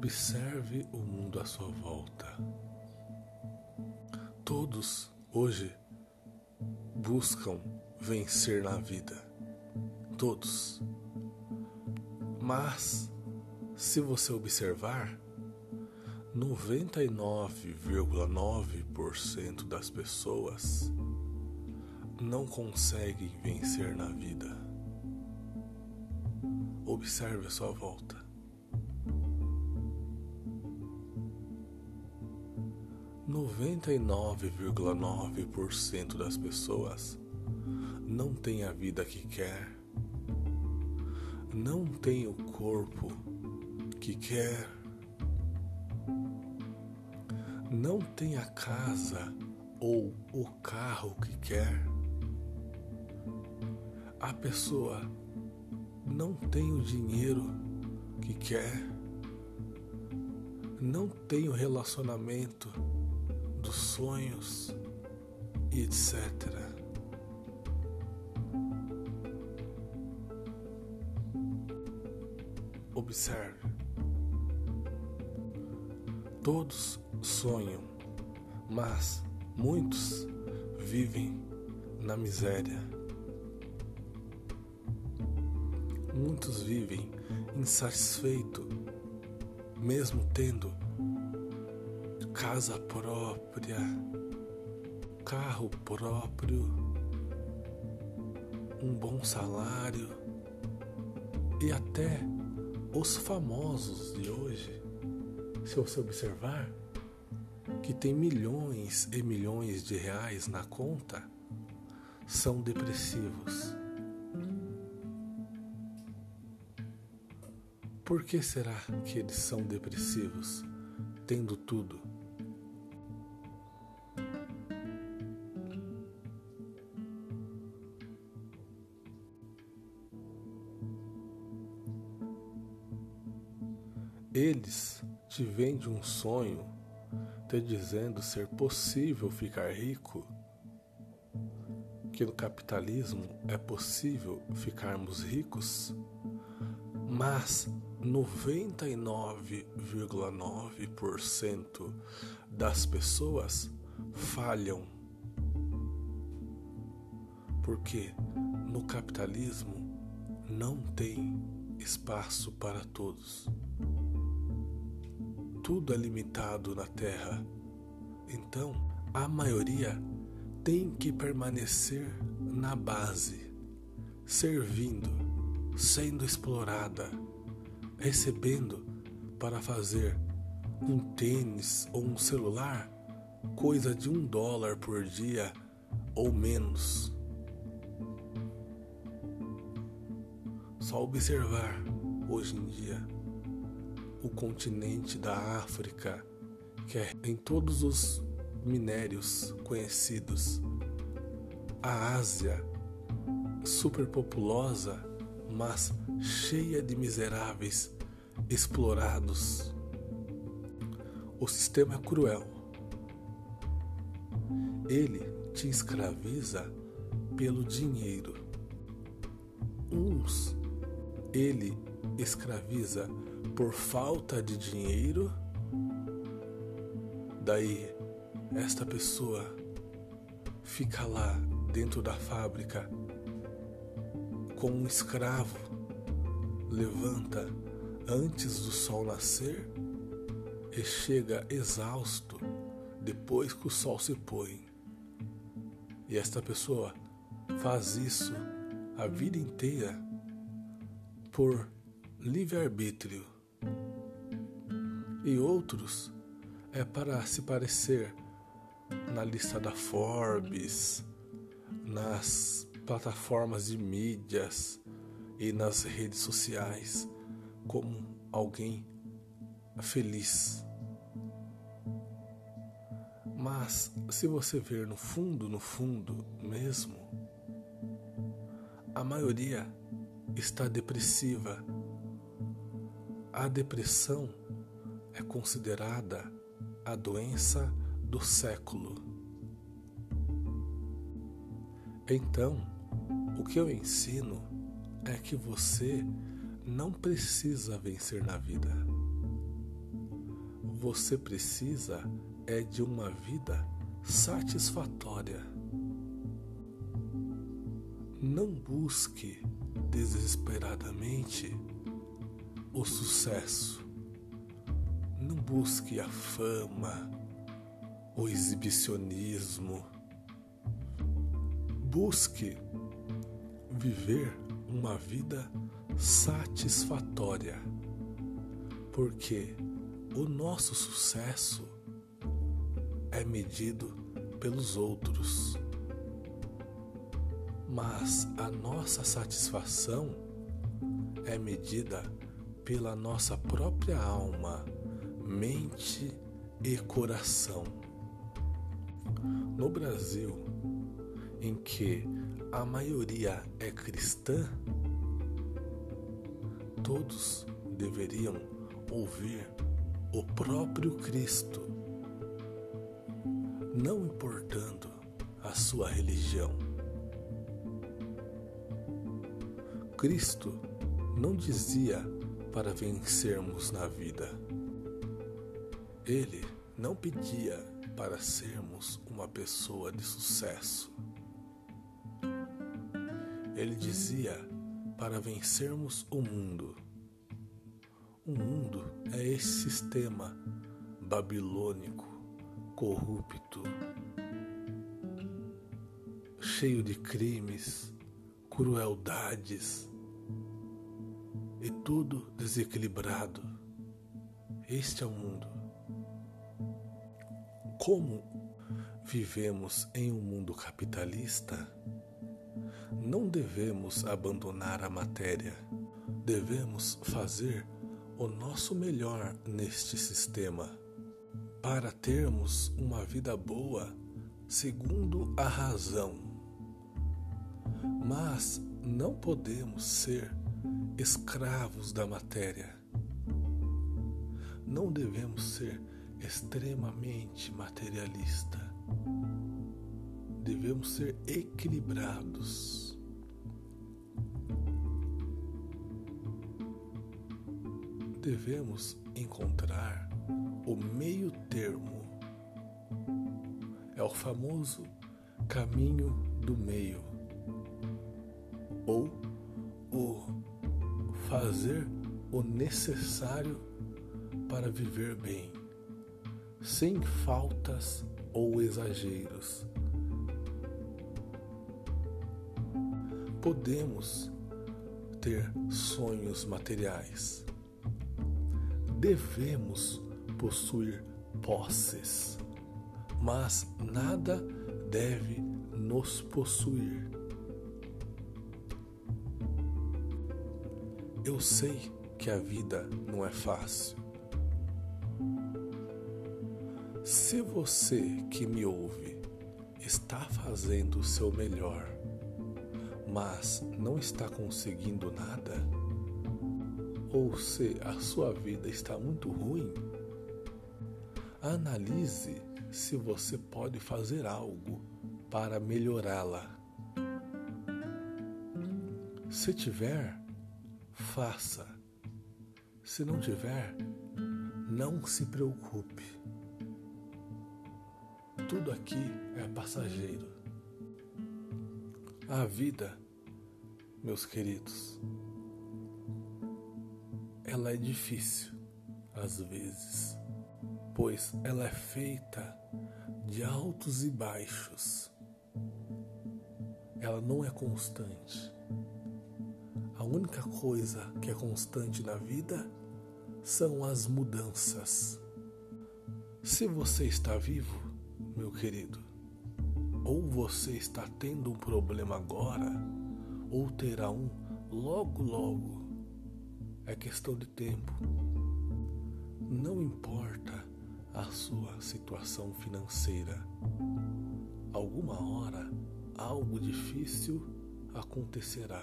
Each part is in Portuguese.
Observe o mundo à sua volta. Todos hoje buscam vencer na vida. Todos. Mas, se você observar, 99,9% das pessoas não conseguem vencer na vida. Observe a sua volta. 99,9% das pessoas não tem a vida que quer, não tem o corpo que quer, não tem a casa ou o carro que quer. A pessoa não tem o dinheiro que quer, não tem o relacionamento dos sonhos e etc. Observe. Todos sonham, mas muitos vivem na miséria. Muitos vivem insatisfeitos, mesmo tendo casa própria, carro próprio, um bom salário e até os famosos de hoje, se você observar, que tem milhões e milhões de reais na conta, são depressivos. Por que será que eles são depressivos, tendo tudo? Eles te vendem um sonho, te dizendo ser possível ficar rico, que no capitalismo é possível ficarmos ricos, mas 99,9% das pessoas falham, porque no capitalismo não tem espaço para todos. Tudo é limitado na Terra, então a maioria tem que permanecer na base, servindo, sendo explorada, recebendo para fazer um tênis ou um celular, coisa de $1 por dia ou menos. Só observar hoje em dia o continente da África, que é em todos os minérios conhecidos, a Ásia, superpopulosa, mas cheia de miseráveis explorados. O sistema é cruel. Ele te escraviza pelo dinheiro. Uns, ele escraviza por falta de dinheiro. Daí, esta pessoa fica lá dentro da fábrica como um escravo, levanta antes do sol nascer e chega exausto depois que o sol se põe. E esta pessoa faz isso a vida inteira por livre-arbítrio. E outros é para se parecer na lista da Forbes, nas plataformas de mídias e nas redes sociais como alguém feliz. Mas se você ver no fundo mesmo, a maioria está depressiva. A depressão é considerada a doença do século. Então, o que eu ensino é que você não precisa vencer na vida. você precisa é de uma vida satisfatória. Não busque desesperadamente o sucesso. Não busque a fama, o exibicionismo. Busque viver uma vida satisfatória, porque o nosso sucesso é medido pelos outros, mas a nossa satisfação é medida pela nossa própria alma, mente e coração. No Brasil, em que a maioria é cristã, todos deveriam ouvir o próprio Cristo, não importando a sua religião. Cristo não dizia para vencermos na vida. Ele não pedia para sermos uma pessoa de sucesso. Ele dizia para vencermos o mundo. O mundo é esse sistema babilônico, corrupto, cheio de crimes, crueldades e tudo desequilibrado. Este é o mundo. Como vivemos em um mundo capitalista, não devemos abandonar a matéria. Devemos fazer o nosso melhor neste sistema para termos uma vida boa segundo a razão. Mas não podemos ser escravos da matéria. Não devemos ser extremamente materialista. Devemos ser equilibrados. Devemos encontrar o meio termo. É o famoso caminho do meio, ou o fazer o necessário para viver bem, sem faltas ou exageros. Podemos ter sonhos materiais. Devemos possuir posses, mas nada deve nos possuir. Eu sei que a vida não é fácil. Se você que me ouve está fazendo o seu melhor, mas não está conseguindo nada, ou se a sua vida está muito ruim, analise se você pode fazer algo para melhorá-la. Se tiver, faça. Se não tiver, não se preocupe. Tudo aqui é passageiro. A vida, meus queridos, ela é difícil às vezes, pois ela é feita de altos e baixos. Ela não é constante. A única coisa que é constante na vida são as mudanças. Se você está vivo, meu querido, ou você está tendo um problema agora, ou terá um logo logo, é questão de tempo. Não importa a sua situação financeira. Alguma hora, algo difícil acontecerá.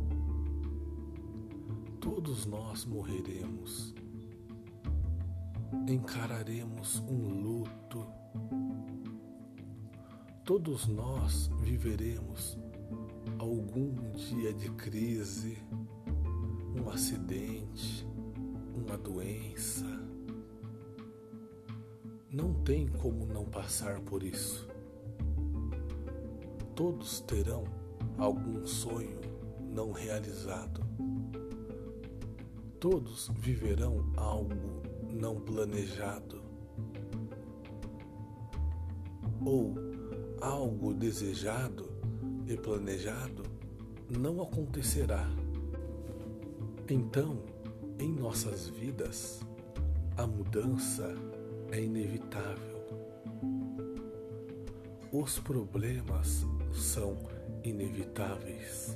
Todos nós morreremos. Encararemos um luto. Todos nós viveremos algum dia de crise, um acidente, uma doença. não tem como não passar por isso. Todos terão algum sonho não realizado. Todos viverão algo não planejado. Ou algo desejado e planejado não acontecerá. Então, em nossas vidas, a mudança é inevitável. Os problemas são inevitáveis.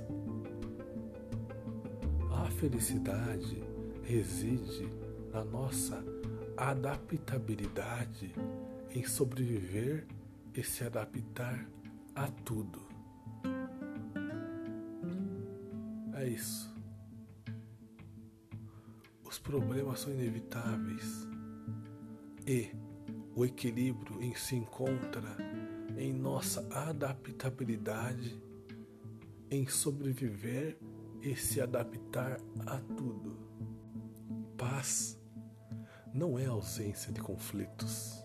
A felicidade reside na nossa adaptabilidade em sobreviver e se adaptar a tudo. É isso. Os problemas são inevitáveis e o equilíbrio se encontra em nossa adaptabilidade em sobreviver e se adaptar a tudo. Paz não é ausência de conflitos.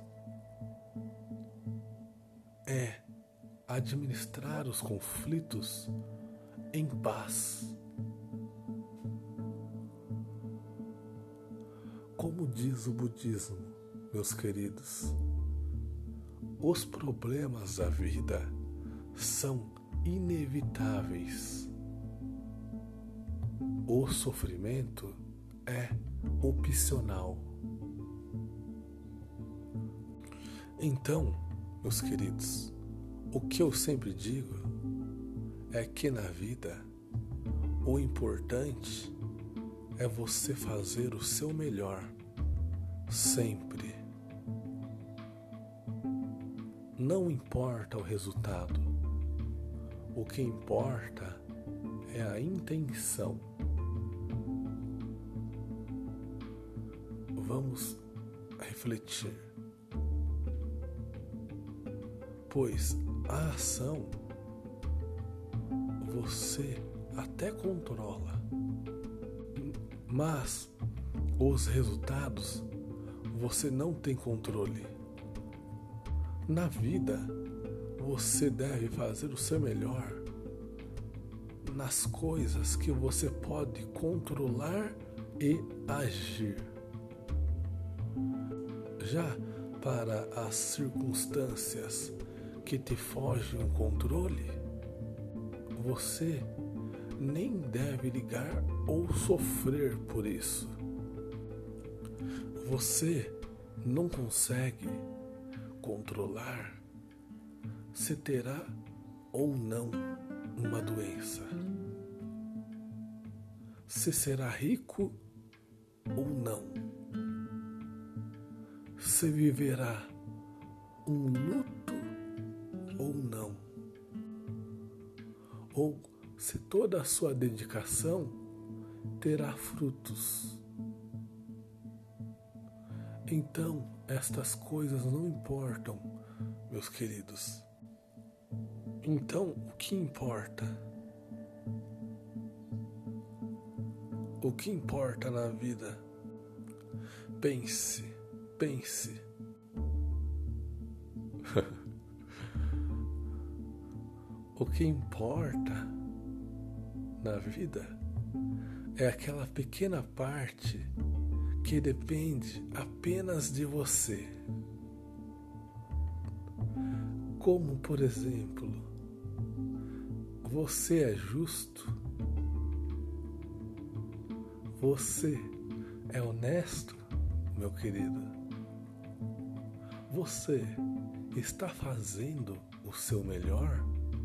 É administrar os conflitos em paz. Como diz o budismo, meus queridos, os problemas da vida são inevitáveis. O sofrimento é opcional. Então, meus queridos, o que eu sempre digo é que na vida o importante é você fazer o seu melhor, sempre. Não importa o resultado, o que importa é a intenção. Vamos refletir, pois a ação você até controla, mas os resultados você não tem controle. Na vida, você deve fazer o seu melhor nas coisas que você pode controlar e agir. Já para as circunstâncias que te fogem o controle, você nem deve ligar ou sofrer por isso. Você não consegue controlar se terá ou não uma doença, se será rico ou não, se viverá um luto ou não, ou se toda a sua dedicação terá frutos. Então, estas coisas não importam, meus queridos. Então, o que importa? O que importa na vida? Pense. O que importa na vida é aquela pequena parte que depende apenas de você. Como, por exemplo, você é justo? Você é honesto, meu querido? Você está fazendo o seu melhor?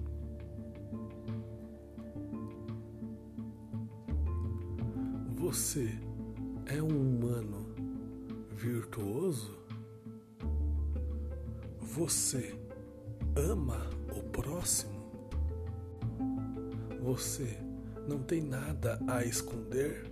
Você é um humano virtuoso? Você ama o próximo? Você não tem nada a esconder?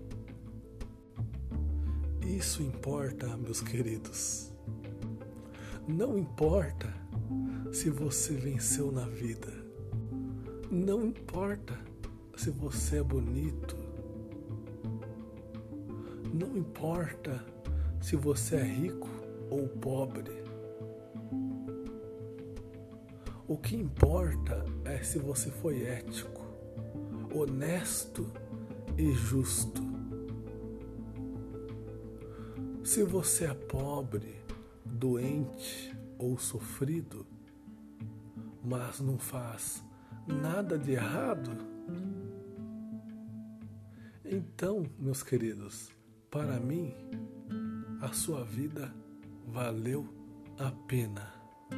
Isso importa, meus queridos. Não importa se você venceu na vida. Não importa se você é bonito. Não importa se você é rico ou pobre. O que importa é se você foi ético, honesto e justo. Se você é pobre, doente ou sofrido, mas não faz nada de errado, então, meus queridos, para mim, a sua vida valeu a pena.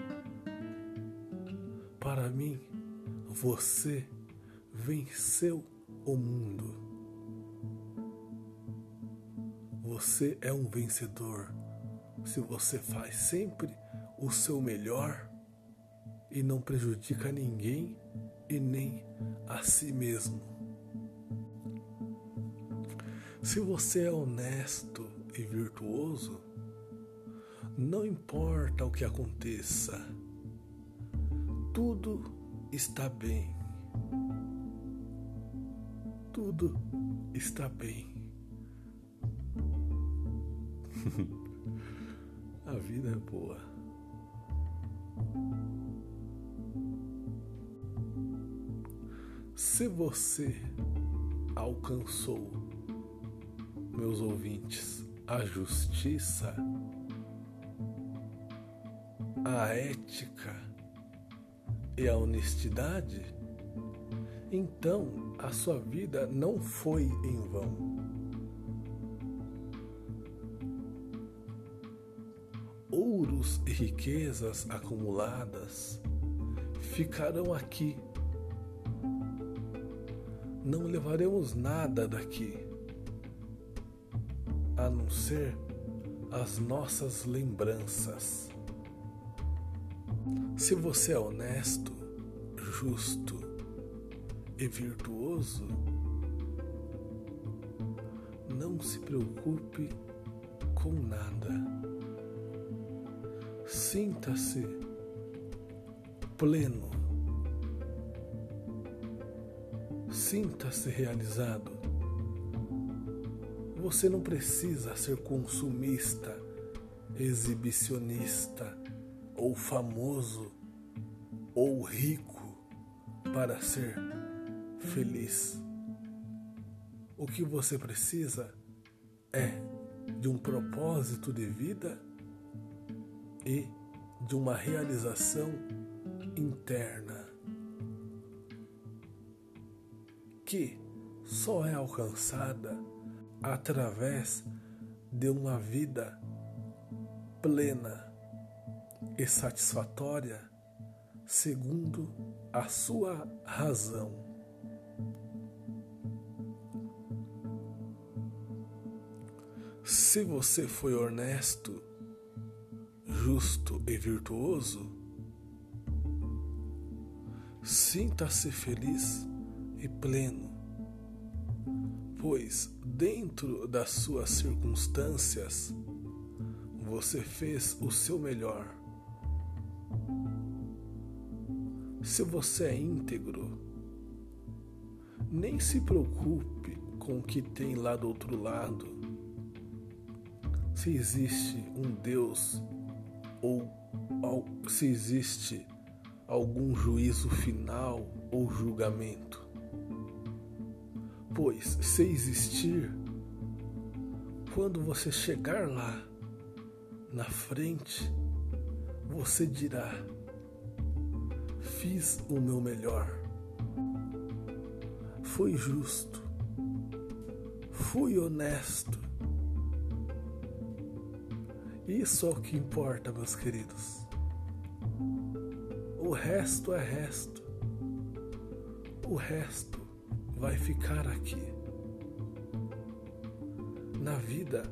Para mim, você venceu o mundo. Você é um vencedor se você faz sempre o seu melhor e não prejudica ninguém e nem a si mesmo. Se você é honesto e virtuoso, não importa o que aconteça, tudo está bem. Tudo está bem. A vida é boa. Se você alcançou, meus ouvintes, a justiça, a ética e a honestidade, então a sua vida não foi em vão. Ouros e riquezas acumuladas ficarão aqui. Não levaremos nada daqui, a não ser as nossas lembranças. Se você é honesto, justo e virtuoso, não se preocupe com nada. Sinta-se pleno. Sinta-se realizado. Você não precisa ser consumista, exibicionista, ou famoso, ou rico para ser feliz. O que você precisa é de um propósito de vida e de uma realização interna que só é alcançada através de uma vida plena e satisfatória segundo a sua razão. Se você foi honesto, justo e virtuoso, sinta-se feliz e pleno, pois dentro das suas circunstâncias você fez o seu melhor. Se você é íntegro, nem se preocupe com o que tem lá do outro lado. Se existe um Deus ou se existe algum juízo final ou julgamento. Pois, se existir, quando você chegar lá na frente, você dirá: fiz o meu melhor, fui justo, fui honesto. Isso é o que importa, meus queridos. O resto é resto. O resto vai ficar aqui. Na vida,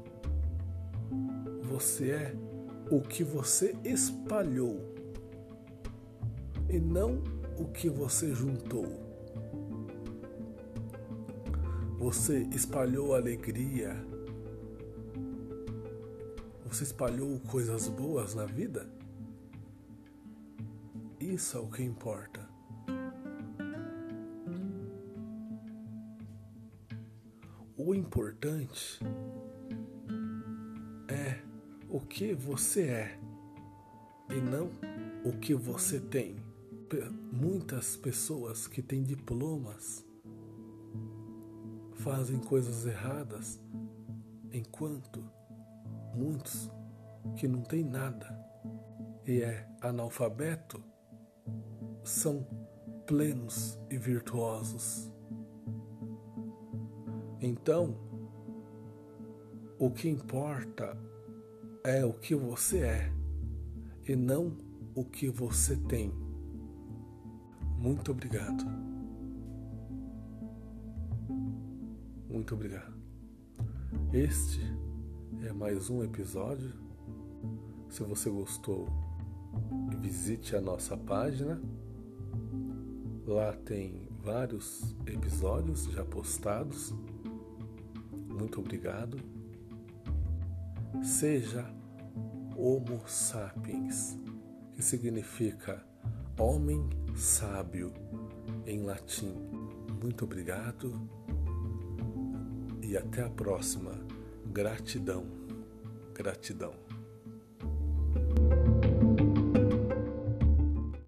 você é o que você espalhou e não o que você juntou. Você espalhou alegria. Você espalhou coisas boas na vida? Isso é o que importa. O importante o que você é e não o que você tem. muitas pessoas que têm diplomas fazem coisas erradas, enquanto muitos que não têm nada e é analfabeto são plenos e virtuosos. Então, o que importa é o que você é e não o que você tem. Muito obrigado. Muito obrigado. Este é mais um episódio. Se você gostou, visite a nossa página. Lá tem vários episódios já postados. Muito obrigado. Seja Homo sapiens, que significa homem sábio em latim. Muito obrigado e até a próxima. Gratidão. Gratidão.